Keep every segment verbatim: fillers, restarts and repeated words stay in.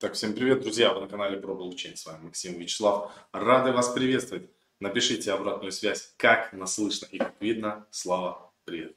Так, всем привет, друзья! Вы на канале Про Блокчейн. С вами Максим Вячеслав. Рады вас приветствовать. Напишите обратную связь, как нас слышно и как видно. Слава, привет.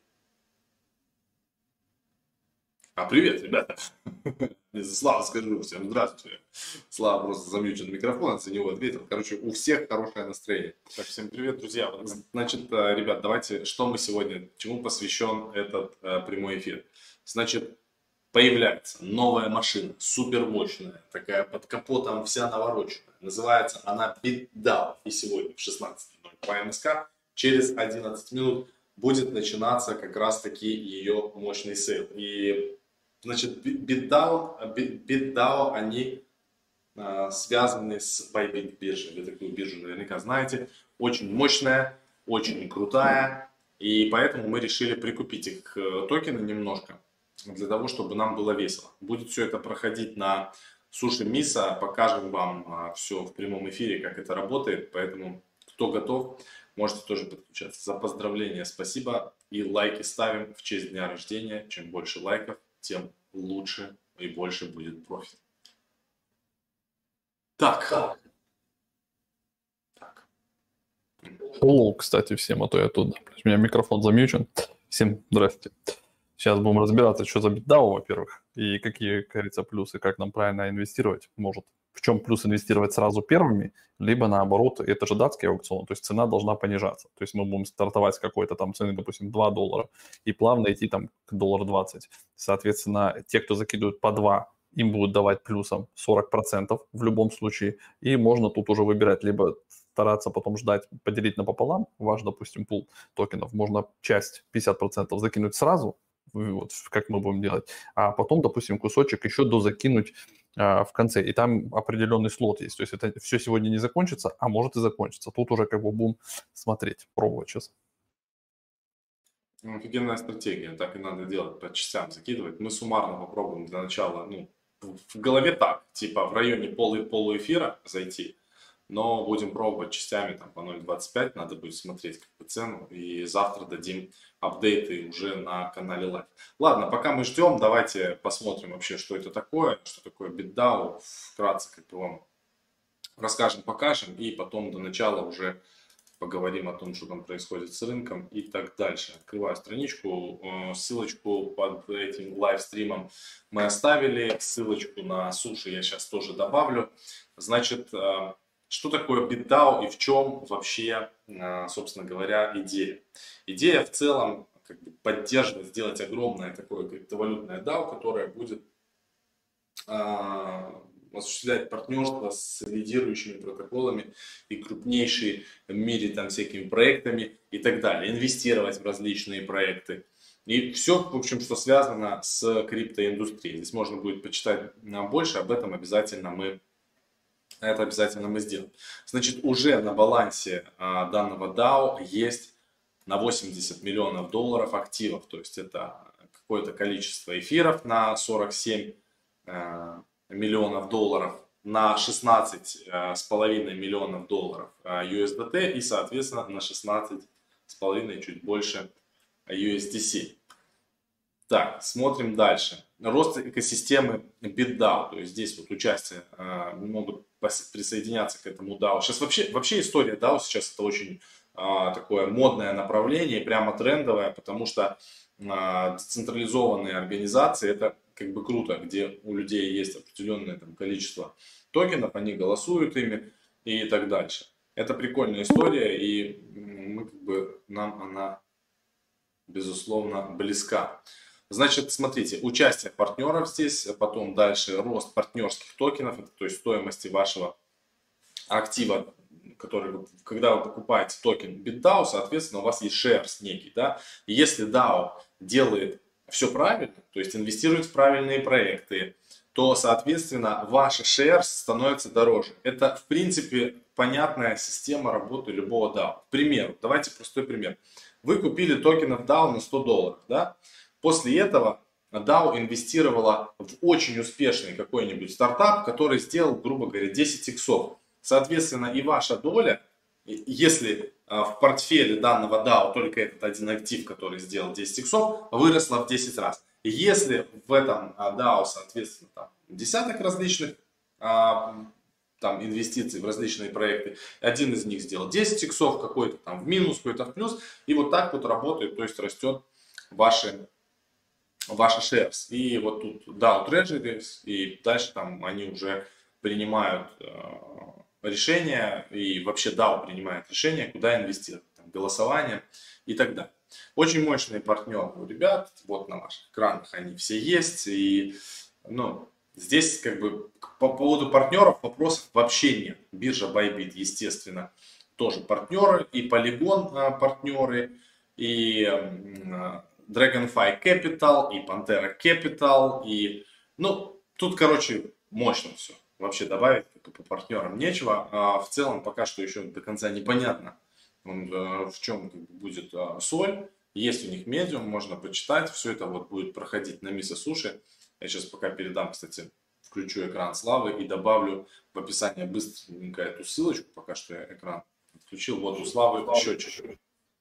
А, привет, ребята! Слава, скажу всем здравствуйте. Слава просто замьючил микрофон, за него ответил. Короче, у всех хорошее настроение. Так, всем привет, друзья! Значит, ребят, давайте, что мы сегодня, чему посвящен этот э, прямой эфир. Значит, появляется новая машина, супер мощная, такая под капотом вся навороченная. Называется она BitDAO. И сегодня в шестнадцать ноль ноль по МСК через одиннадцать минут будет начинаться как раз таки ее мощный сейл. И значит, BitDAO, BitDAO они а, связаны с Bybit биржей. Вы такую биржу наверняка знаете. Очень мощная, очень крутая. И поэтому мы решили прикупить их токены немножко, для того, чтобы нам было весело. Будет все это проходить на Суши Миса. Покажем вам а, все в прямом эфире, как это работает. Поэтому, кто готов, можете тоже подключаться. За поздравления спасибо. И лайки ставим в честь дня рождения. Чем больше лайков, тем лучше и больше будет профит. Так. Так. Hello, кстати, всем, а то я тут. У меня микрофон замьючен. Всем здравствуйте. Сейчас будем разбираться, что за BitDAO, во-первых, и какие, как говорится, плюсы, как нам правильно инвестировать. Может, в чем плюс инвестировать сразу первыми, либо наоборот, это же датский аукцион, то есть цена должна понижаться. То есть мы будем стартовать с какой-то там цены, допустим, два доллара, и плавно идти там к доллару двадцать. Соответственно, те, кто закидывают по два, им будут давать плюсом сорок процентов в любом случае. И можно тут уже выбирать, либо стараться потом ждать, поделить напополам ваш, допустим, пул токенов. Можно часть, пятьдесят процентов закинуть сразу, вот как мы будем делать, а потом, допустим, кусочек еще дозакинуть а, в конце. И там определенный слот есть. То есть это все сегодня не закончится, а может и закончится. Тут уже как бы будем смотреть, пробовать сейчас. Офигенная стратегия. Так и надо делать, по частям закидывать. Мы суммарно попробуем для начала, ну, в голове так, типа в районе полу, полуэфира зайти. Но будем пробовать частями там, по ноль двадцать пять, надо будет смотреть как бы цену. И завтра дадим апдейты уже на канале Live. Ладно, пока мы ждем, давайте посмотрим вообще, что это такое, что такое BitDAO. Вкратце как бы вам расскажем, покажем. И потом до начала уже поговорим о том, что там происходит с рынком и так дальше. Открываю страничку, ссылочку под этим лайвстримом мы оставили. Ссылочку на суши я сейчас тоже добавлю. Значит, что такое BitDAO и в чем вообще, собственно говоря, идея? Идея в целом как бы поддерживать, сделать огромное такое криптовалютное дао, которое будет а, осуществлять партнерство с лидирующими протоколами и крупнейшими в мире там всякими проектами и так далее. Инвестировать в различные проекты. И все, в общем, что связано с криптоиндустрией. Здесь можно будет почитать больше, об этом обязательно мы Это обязательно мы сделаем. Значит, уже на балансе а, данного дао есть на восемьдесят миллионов долларов активов. То есть это какое-то количество эфиров на сорок семь а, миллионов долларов, на шестнадцать а, с половиной миллионов долларов а, ю эс ди ти и, соответственно, на шестнадцать с половиной, чуть больше ю эс ди си. Так, смотрим дальше. Рост экосистемы BitDAO. То есть здесь вот участие э, могут присоединяться к этому дао. Сейчас вообще, вообще история дао сейчас это очень э, такое модное направление, прямо трендовое, потому что э, децентрализованные организации это как бы круто, где у людей есть определенное там, количество токенов, они голосуют ими и так дальше. Это прикольная история, и мы как бы нам она безусловно близка. Значит, смотрите, участие партнеров здесь, потом дальше рост партнерских токенов, это, то есть стоимости вашего актива, который, когда вы покупаете токен BitDAO, соответственно, у вас есть shares некий, да, и если дао делает все правильно, то есть инвестирует в правильные проекты, то, соответственно, ваши shares становятся дороже. Это, в принципе, понятная система работы любого дао. К примеру, давайте простой пример. Вы купили токенов дао на сто долларов, да? После этого дао инвестировала в очень успешный какой-нибудь стартап, который сделал, грубо говоря, десять иксов. Соответственно, и ваша доля, если в портфеле данного дао только этот один актив, который сделал десять иксов, выросла в десять раз. Если в этом дао, соответственно, там, десяток различных а, там инвестиций в различные проекты. Один из них сделал десять иксов, какой-то там в минус, какой-то в плюс. И вот так вот работает, то есть растет ваши, ваши shares. И вот тут дао Treasuries, и дальше там они уже принимают э, решения, и вообще дао принимает решение, куда инвестировать, там, голосование и так далее. Очень мощные партнеры у ребят, вот на ваших экранах они все есть, и ну, здесь как бы по поводу партнеров вопросов вообще нет. Биржа Bybit, естественно, тоже партнеры, и Polygon партнеры, и Dragonfly Capital, и Pantera Capital, и ну, тут, короче, мощно все. Вообще добавить по партнерам нечего. А в целом пока что еще до конца непонятно, в чем будет соль. Есть у них медиум, можно почитать. Все это вот будет проходить на Мисо Суши. Я сейчас пока передам, кстати, включу экран Славы и добавлю в описание быстренько эту ссылочку. Пока что я экран включил. Вот у Славы счетчик.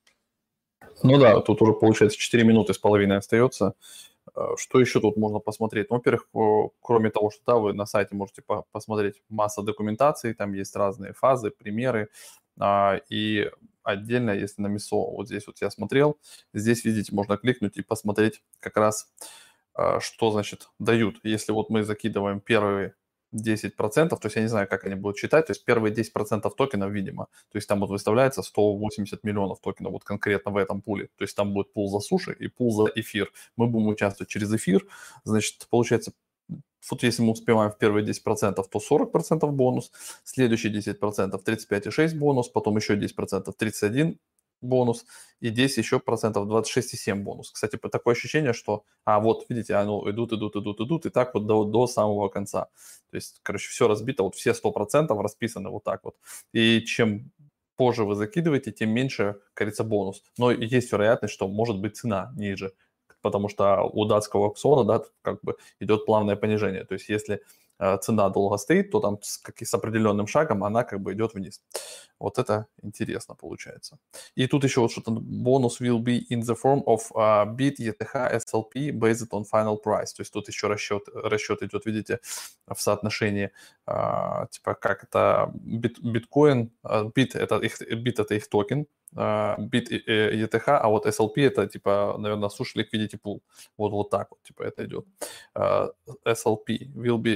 Ну да, тут уже получается четыре минуты с половиной остается. Что еще тут можно посмотреть? Ну, во-первых, кроме того, что да, вы на сайте можете по- посмотреть масса документации, там есть разные фазы, примеры. А, и отдельно, если на Мисо, вот здесь вот я смотрел, здесь, видите, можно кликнуть и посмотреть как раз, а, что, значит, дают. Если вот мы закидываем первые десять процентов, то есть я не знаю, как они будут считать, то есть первые десять процентов токенов, видимо, то есть там вот выставляется сто восемьдесят миллионов токенов вот конкретно в этом пуле, то есть там будет пул за суши и пул за эфир. Мы будем участвовать через эфир, значит, получается, вот если мы успеваем в первые десять процентов, то сорок процентов бонус, следующие десять процентов тридцать пять и шесть бонус, потом еще десять процентов тридцать один бонус, и десять еще процентов двадцать шесть и семь бонус. Кстати, такое ощущение, что, а вот, видите, оно идут, идут, идут, идут, и так вот до, до самого конца. То есть, короче, все разбито, вот все сто процентов расписаны вот так вот. И чем позже вы закидываете, тем меньше, кажется, бонус. Но есть вероятность, что может быть цена ниже, потому что у датского аукциона, да, как бы идет плавное понижение. То есть, если цена долго стоит, то там с, как и с определенным шагом она как бы идет вниз. Вот это интересно получается. И тут еще вот что-то бонус will be in the form of uh, бит, и ти эйч, эс эл пи based on final price. То есть тут еще расчет, расчет идет, видите, в соотношении, uh, типа как это бит, биткоин, uh, бит это их, бит это их токен, uh, бит и и ти эйч, а вот эс эл пи это типа, наверное, sushi liquidity pool. Вот, вот так вот типа это идет. Uh, эс эл пи will be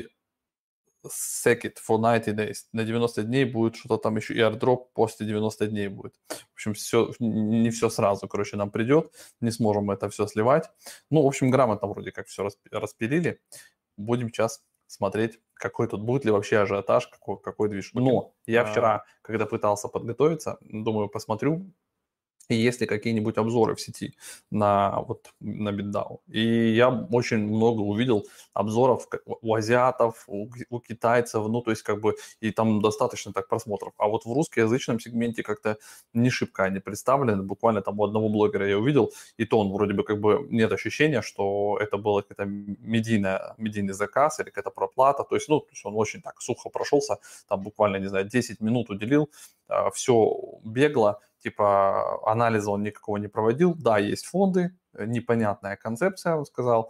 Second for ninety days. На девяносто дней будет что-то там еще, и airdrop после девяноста дней будет. В общем, все, не все сразу, короче, нам придет. Не сможем это все сливать. Ну, в общем, грамотно вроде как все распилили. Будем сейчас смотреть, какой тут будет ли вообще ажиотаж, какой, какой движ. Но я вчера, когда пытался подготовиться, думаю, посмотрю, и есть ли какие-нибудь обзоры в сети на, вот, на BitDAO. И я очень много увидел обзоров у азиатов, у, у китайцев, ну, то есть как бы, и там достаточно так просмотров. А вот в русскоязычном сегменте как-то не шибко они представлены. Буквально там у одного блогера я увидел, и то он вроде бы как бы нет ощущения, что это был какой-то медийная, медийный заказ или какая-то проплата. То есть, ну, то есть он очень так сухо прошелся, там буквально, не знаю, десять минут уделил, все бегло, типа анализа он никакого не проводил. Да, есть фонды, непонятная концепция, он сказал,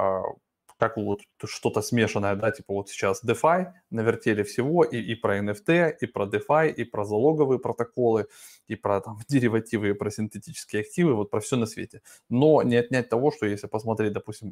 как вот что-то смешанное, да, типа вот сейчас DeFi навертели всего, и, и про эн эф ти, и про DeFi, и про залоговые протоколы, и про там деривативы, и про синтетические активы, вот про все на свете. Но не отнять того, что если посмотреть, допустим,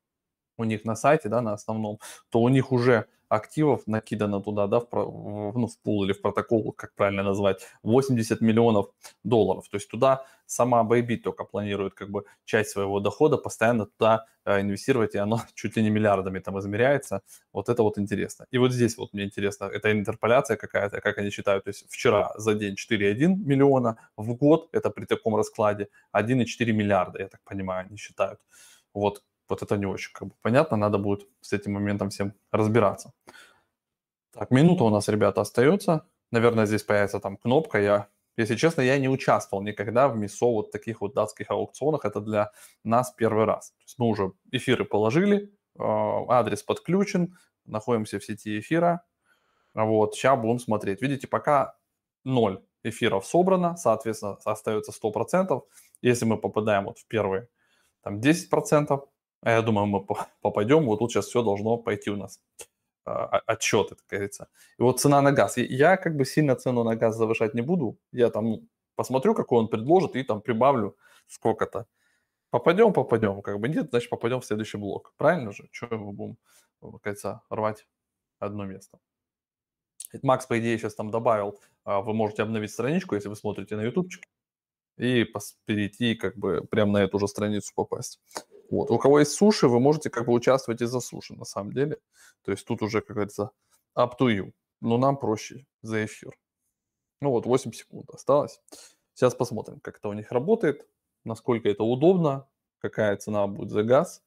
у них на сайте, да, на основном, то у них уже активов накидано туда, да, в, в, ну, в пул или в протокол, как правильно назвать, восемьдесят миллионов долларов. То есть туда сама Bybit только планирует как бы часть своего дохода постоянно туда э, инвестировать, и оно чуть ли не миллиардами там измеряется. Вот это вот интересно. И вот здесь вот мне интересно, это интерполяция какая-то, как они считают. То есть вчера за день четыре и один миллиона, в год, это при таком раскладе, один и четыре миллиарда, я так понимаю, они считают. Вот. Вот это не очень как бы понятно, надо будет с этим моментом всем разбираться. Так, минута у нас, ребята, остается. Наверное, здесь появится там кнопка. Я, если честно, я не участвовал никогда в МИСО вот таких вот датских аукционах. Это для нас первый раз. То есть мы уже эфиры положили, адрес подключен, находимся в сети эфира. Вот, сейчас будем смотреть. Видите, пока ноль эфиров собрано, соответственно, остается сто процентов. Если мы попадаем вот в первые там десять процентов, а я думаю, мы попадем, вот тут сейчас все должно пойти у нас а, отчеты, как говорится. И вот цена на газ. Я как бы сильно цену на газ завышать не буду. Я там ну, посмотрю, какой он предложит, и там прибавлю сколько-то. Попадем, попадем. Как бы нет, значит попадем в следующий блок. Правильно же? Что мы будем, как говорится, рвать одно место. Макс, по идее, сейчас там добавил, вы можете обновить страничку, если вы смотрите на ютубчик, и перейти как бы прямо на эту же страницу попасть. Вот. У кого есть суши, вы можете как бы участвовать из-за суши, на самом деле. То есть тут уже, как говорится, up to you. Но нам проще за эфир. Ну вот, восемь секунд осталось. Сейчас посмотрим, как это у них работает, насколько это удобно, какая цена будет за газ.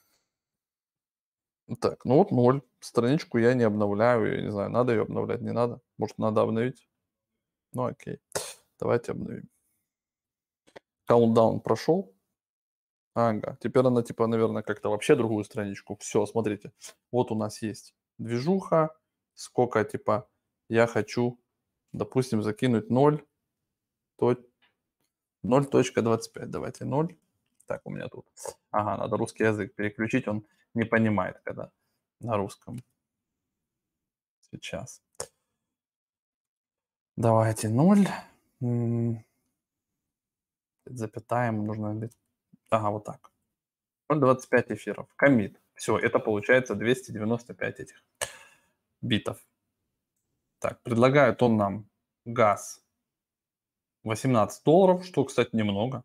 Так, ну вот ноль. Страничку я не обновляю, я не знаю, надо ее обновлять, не надо. Может, надо обновить? Ну окей, давайте обновим. Countdown прошел. Ага, теперь она, типа, наверное, как-то вообще другую страничку. Все, смотрите, вот у нас есть движуха, сколько, типа, я хочу, допустим, закинуть ноль, ноль точка двадцать пять, давайте ноль. Так, у меня тут, ага, надо русский язык переключить, он не понимает, когда на русском. Сейчас. Давайте ноль. Запятаем, нужно... Ага, вот так. ноль двадцать пять эфиров. Коммит. Все, это получается двести девяносто пять этих битов. Так, предлагает он нам газ восемнадцать долларов, что, кстати, немного.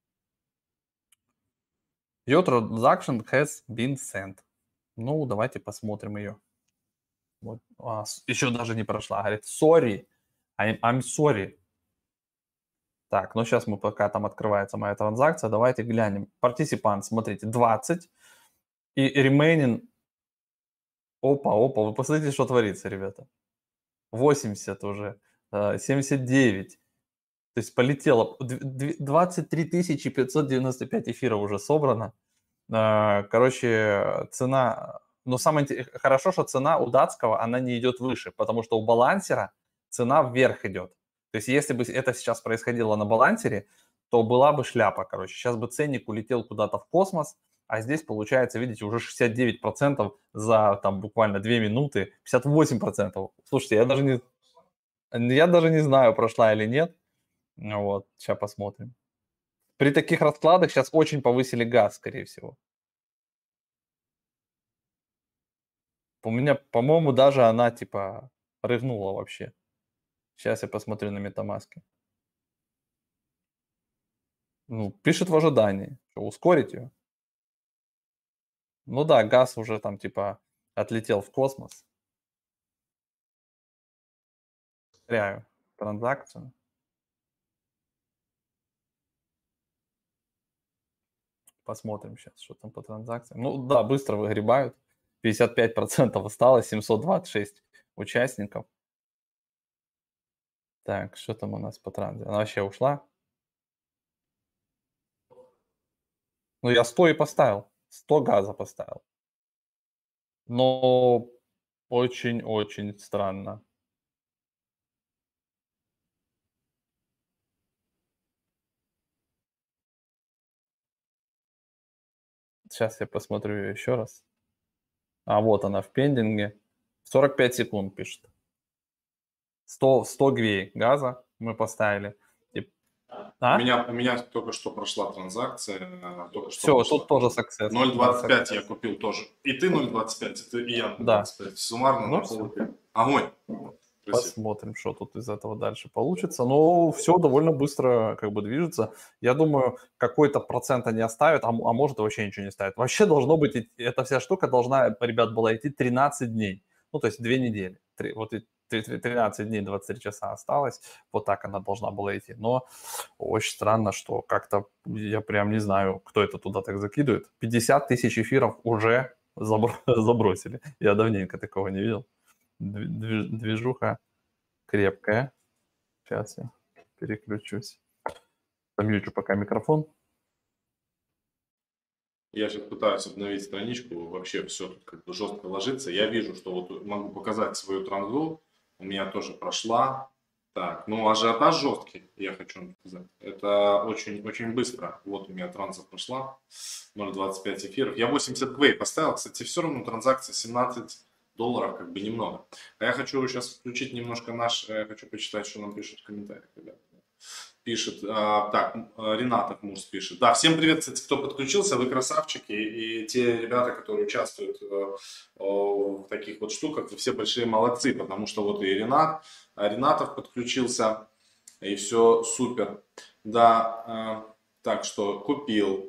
Your transaction has been sent. Ну, давайте посмотрим ее. Вот. А, еще даже не прошла. Говорит, sorry, I'm, I'm sorry. Так, ну сейчас мы, пока там открывается моя транзакция, давайте глянем. Парticipant, смотрите, двадцать. И remaining... Опа, опа, вы посмотрите, что творится, ребята. восемьдесят уже, семьдесят девять. То есть полетело. двадцать три тысячи пятьсот девяносто пять эфиров уже собрано. Короче, цена... Но самое хорошо, что цена у датского, она не идет выше, потому что у балансера цена вверх идет. То есть если бы это сейчас происходило на балансере, то была бы шляпа, короче. Сейчас бы ценник улетел куда-то в космос, а здесь получается, видите, уже шестьдесят девять процентов за там буквально две минуты, пятьдесят восемь процентов. Слушайте, я даже не, я даже не знаю, прошла или нет. Вот, сейчас посмотрим. При таких раскладах сейчас очень повысили газ, скорее всего. У меня, по-моему, даже она типа рыгнула вообще. Сейчас я посмотрю на MetaMask. Ну, пишет в ожидании. Что, ускорить ее? Ну да, газ уже там типа отлетел в космос. Теряю транзакцию. Посмотрим сейчас, что там по транзакциям. Ну да, быстро выгребают. пятьдесят пять процентов осталось, семьсот двадцать шесть участников. Так, что там у нас по транзе? Она вообще ушла? Ну, я сто и поставил. сто газа поставил. Но очень-очень странно. Сейчас я посмотрю ее еще раз. А, вот она в пендинге. сорок пять секунд пишет. сто, сто гвей газа мы поставили. И... А? У, меня, у меня только что прошла транзакция. Только что Все, прошла. тут тоже success. ноль двадцать пять я купил тоже. И ты ноль двадцать пять, и, ты, и я ноль двадцать пять. Да. Суммарно ну, на полупе. Огонь. Посмотрим, что тут из этого дальше получится. Но все довольно быстро как бы движется. Я думаю, какой-то процент они оставят, а, а может вообще ничего не ставят. Вообще должно быть, эта вся штука должна, ребят, была идти тринадцать дней. Ну, то есть две недели. три, вот тринадцать дней, двадцать три часа осталось. Вот так она должна была идти. Но очень странно, что как-то, я прям не знаю, кто это туда так закидывает. пятьдесят тысяч эфиров уже забросили. Я давненько такого не видел. Движуха крепкая. Сейчас я переключусь. Замьючу пока микрофон. Я сейчас пытаюсь обновить страничку. Вообще все тут как бы жестко ложится. Я вижу, что вот могу показать свою транзу. У меня тоже прошла. Так, ну ажиотаж жесткий, я хочу сказать. Это очень-очень быстро. Вот у меня транза прошла. ноль двадцать пять эфиров. Я восемьдесят квей поставил. Кстати, все равно транзакция семнадцать долларов как бы немного. А я хочу сейчас включить немножко наш, я хочу почитать, что нам пишут в комментариях, ребята. Пишет, а, так, Ренат Ахмурс пишет. Да, всем привет, кстати, кто подключился, вы красавчики, и те ребята, которые участвуют а, в таких вот штуках, вы все большие молодцы, потому что вот и Ренат, Ренатов подключился, и все супер. Да, а, так что купил.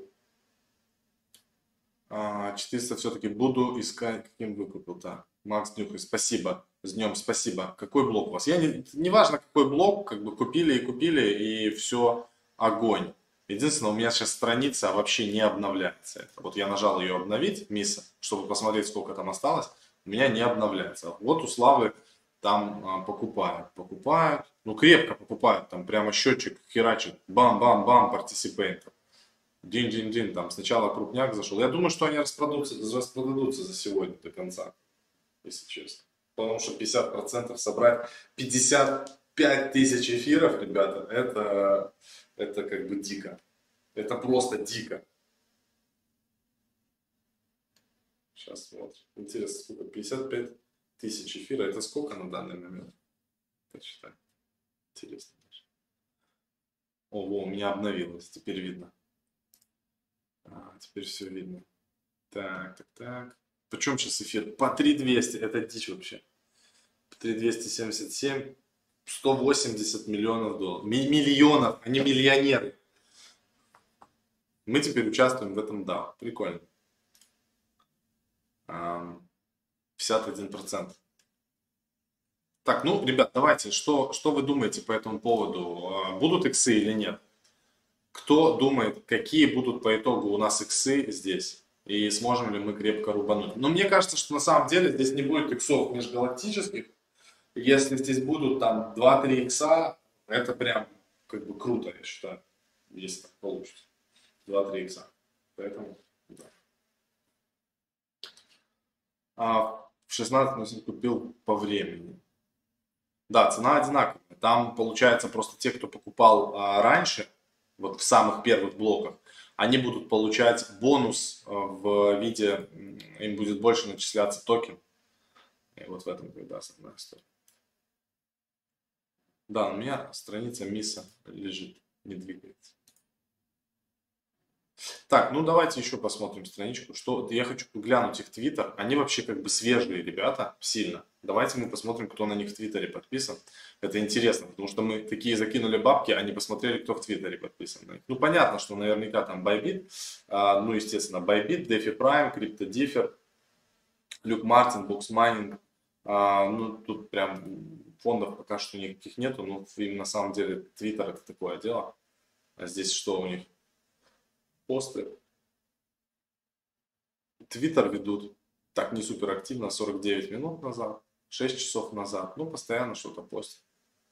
четыреста все-таки буду искать, каким выкупил, да. Макс Днюхай, спасибо, с днем спасибо. Какой блок у вас? Я не, не важно какой блок, как бы купили и купили, и все, огонь. Единственное, у меня сейчас страница вообще не обновляется. Вот я нажал ее обновить, Миса, чтобы посмотреть, сколько там осталось, у меня не обновляется. Вот у Славы там а, покупают, покупают, ну крепко покупают, там прямо счетчик херачит, бам-бам-бам, партисипейнтов. Дин-дин-дин, там сначала крупняк зашел. Я думаю, что они распродадутся, распродадутся за сегодня до конца, если честно. Потому что пятьдесят процентов собрать пятьдесят пять тысяч эфиров, ребята, это, это как бы дико. Это просто дико. Сейчас смотрим. Интересно, сколько? пятьдесят пять тысяч эфира. Это сколько на данный момент? Почитай. Интересно. Ого, у меня обновилось. Теперь видно. А, теперь все видно. Так, так, так. Почем сейчас эфир? По три двести. Это дичь вообще. По три двести семьдесят семь. сто восемьдесят миллионов долларов. Ми- миллионов. Они миллионеры. Мы теперь участвуем в этом дао. Прикольно. пятьдесят один процент. Так, ну, ребят, давайте. Что, что вы думаете по этому поводу? Будут иксы или нет? Кто думает, какие будут по итогу у нас иксы здесь? И сможем ли мы крепко рубануть? Но мне кажется, что на самом деле здесь не будет иксов межгалактических. Если здесь будут там два-три икса, это прям как бы круто, я считаю. Если так получится. два-три икса. Поэтому, да. А в шестнадцать купил по времени. Да, цена одинаковая. Там получается просто те, кто покупал а, раньше, вот в самых первых блоках, они будут получать бонус в виде, им будет больше начисляться токен. И вот в этом, да, основная история. Да, у меня страница Миса лежит, не двигается. Так, ну давайте еще посмотрим страничку. Что я хочу глянуть их твиттер. Они вообще как бы свежие ребята, сильно. Давайте мы посмотрим, кто на них в твиттере подписан. Это интересно, потому что мы такие закинули бабки, а не посмотрели, кто в твиттере подписан на них. Ну понятно, что наверняка там Bybit, а, ну естественно Bybit, DeFi Prime, CryptoDiffer, Люк Мартин, Box Mining. А, ну тут прям фондов пока что никаких нету, но им на самом деле твиттер это такое дело. А здесь что у них? Посты. Твиттер ведут так не супер активно, сорок девять минут назад, шесть часов назад. Ну, постоянно что-то постят.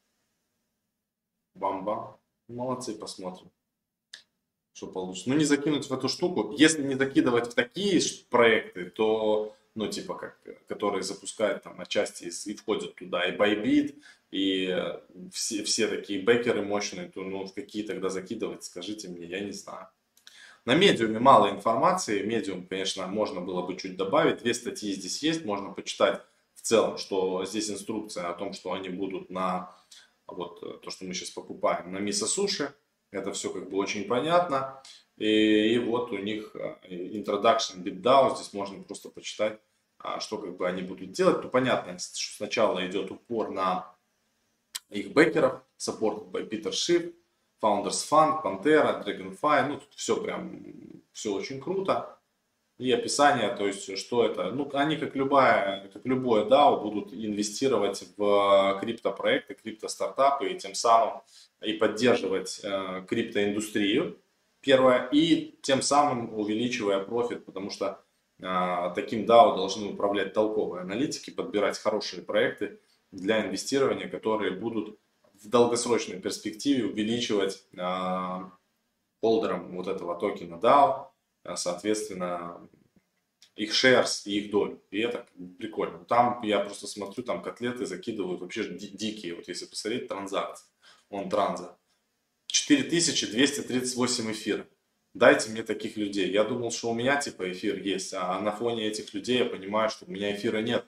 Бам-бам. Молодцы, посмотрим, что получится. Ну, не закинуть в эту штуку. Если не закидывать в такие проекты, то, ну, типа, как, которые запускают там отчасти и входят туда и Bybit, и все, все такие бэкеры мощные, то, ну, в какие тогда закидывать, скажите мне, я не знаю. На медиуме мало информации, медиум, конечно, можно было бы чуть добавить, две статьи здесь есть, можно почитать в целом, что здесь инструкция о том, что они будут на, вот то, что мы сейчас покупаем, на Миса Суши, это все как бы очень понятно, и, и вот у них Introduction BitDAO, здесь можно просто почитать, что как бы они будут делать, то понятно, что сначала идет упор на их бэкеров, supported by Peter Schiff, Founders Fund, Pantera, Dragonfly, ну тут все прям, все очень круто. И описание, то есть что это, ну они как любая, как любое дао будут инвестировать в криптопроекты, криптостартапы и тем самым и поддерживать э, криптоиндустрию, первое, и тем самым увеличивая профит, потому что э, таким дао должны управлять толковые аналитики, подбирать хорошие проекты для инвестирования, которые будут в долгосрочной перспективе увеличивать э, холдерам вот этого токена дао, э, соответственно, их shares и их долю. И это прикольно. Там я просто смотрю, там котлеты закидывают вообще ди- дикие. Вот если посмотреть транзакции, он транза. четыре тысячи двести тридцать восемь эфира. Дайте мне таких людей. Я думал, что у меня типа эфир есть, а на фоне этих людей я понимаю, что у меня эфира нет.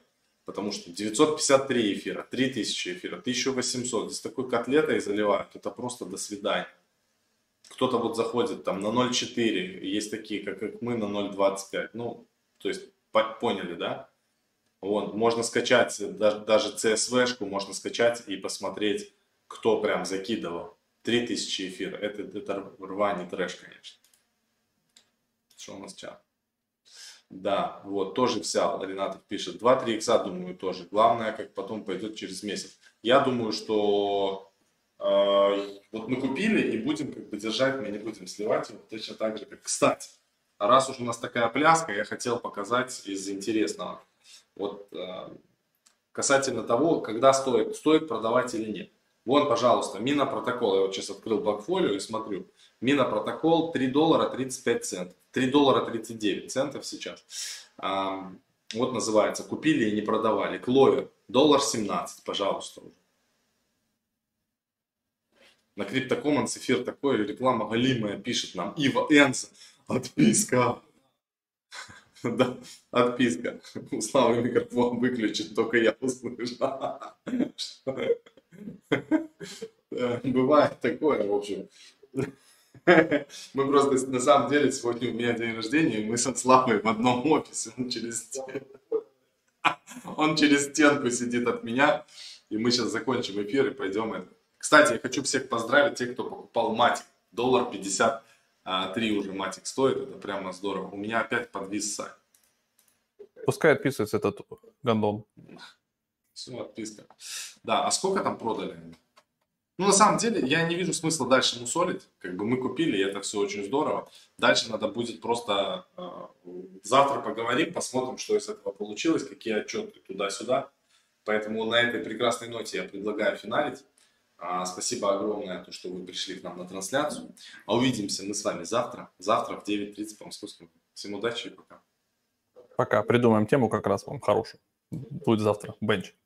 Потому что девятьсот пятьдесят три эфира, три тысячи эфира, тысяча восемьсот. С такой котлетой заливают, это просто до свидания. Кто-то вот заходит там на ноль целых четыре, есть такие, как, как мы, на ноль целых двадцать пять. Ну, то есть, по поняли, да? Вот, можно скачать, даже, даже си эс ви-шку можно скачать и посмотреть, кто прям закидывал. три тысячи эфира. Это, это рвань и трэш, конечно. Что у нас чат? Да, вот, тоже взял. Ренатов пишет. два-три икса, думаю, тоже. Главное, как потом пойдет через месяц. Я думаю, что э, вот мы купили и будем как бы держать, мы не будем сливать его точно так же, как... Кстати, раз уж у нас такая пляска, я хотел показать из интересного. Вот э, касательно того, когда стоит, стоит продавать или нет. Вон, пожалуйста, Минопротокол. Я вот сейчас открыл бакфолио и смотрю. Минопротокол три доллара тридцать пять центов. три доллара тридцать девять центов сейчас. А, вот называется. Купили и не продавали. Кловер. доллар семнадцать, пожалуйста. На CryptoCommons эфир такой. Реклама галимая пишет нам. Ива Энс. Отписка. Да, отписка. У Славы микрофон выключен, только я услышал. Бывает такое, в общем. Мы просто, на самом деле, сегодня у меня день рождения, и мы со Славой в одном офисе. Он через стенку, он через стенку сидит от меня, и мы сейчас закончим эфир и пойдем это. Кстати, я хочу всех поздравить, тех, кто покупал Матик. доллар пятьдесят три уже Матик стоит, это прямо здорово. У меня опять подвис сайт. Пускай отписывается этот гандон. Все, отписка. Да, а сколько там продали? Ну, на самом деле, я не вижу смысла дальше мусолить. Как бы мы купили, и это все очень здорово. Дальше надо будет просто э, завтра поговорим, посмотрим, что из этого получилось, какие отчеты туда-сюда. Поэтому на этой прекрасной ноте я предлагаю финалить. А, спасибо огромное, то, что вы пришли к нам на трансляцию. А увидимся мы с вами завтра. Завтра в девять тридцать по московскому. Всем удачи и пока. Пока. Придумаем тему как раз вам хорошую. Будет завтра. Бенч.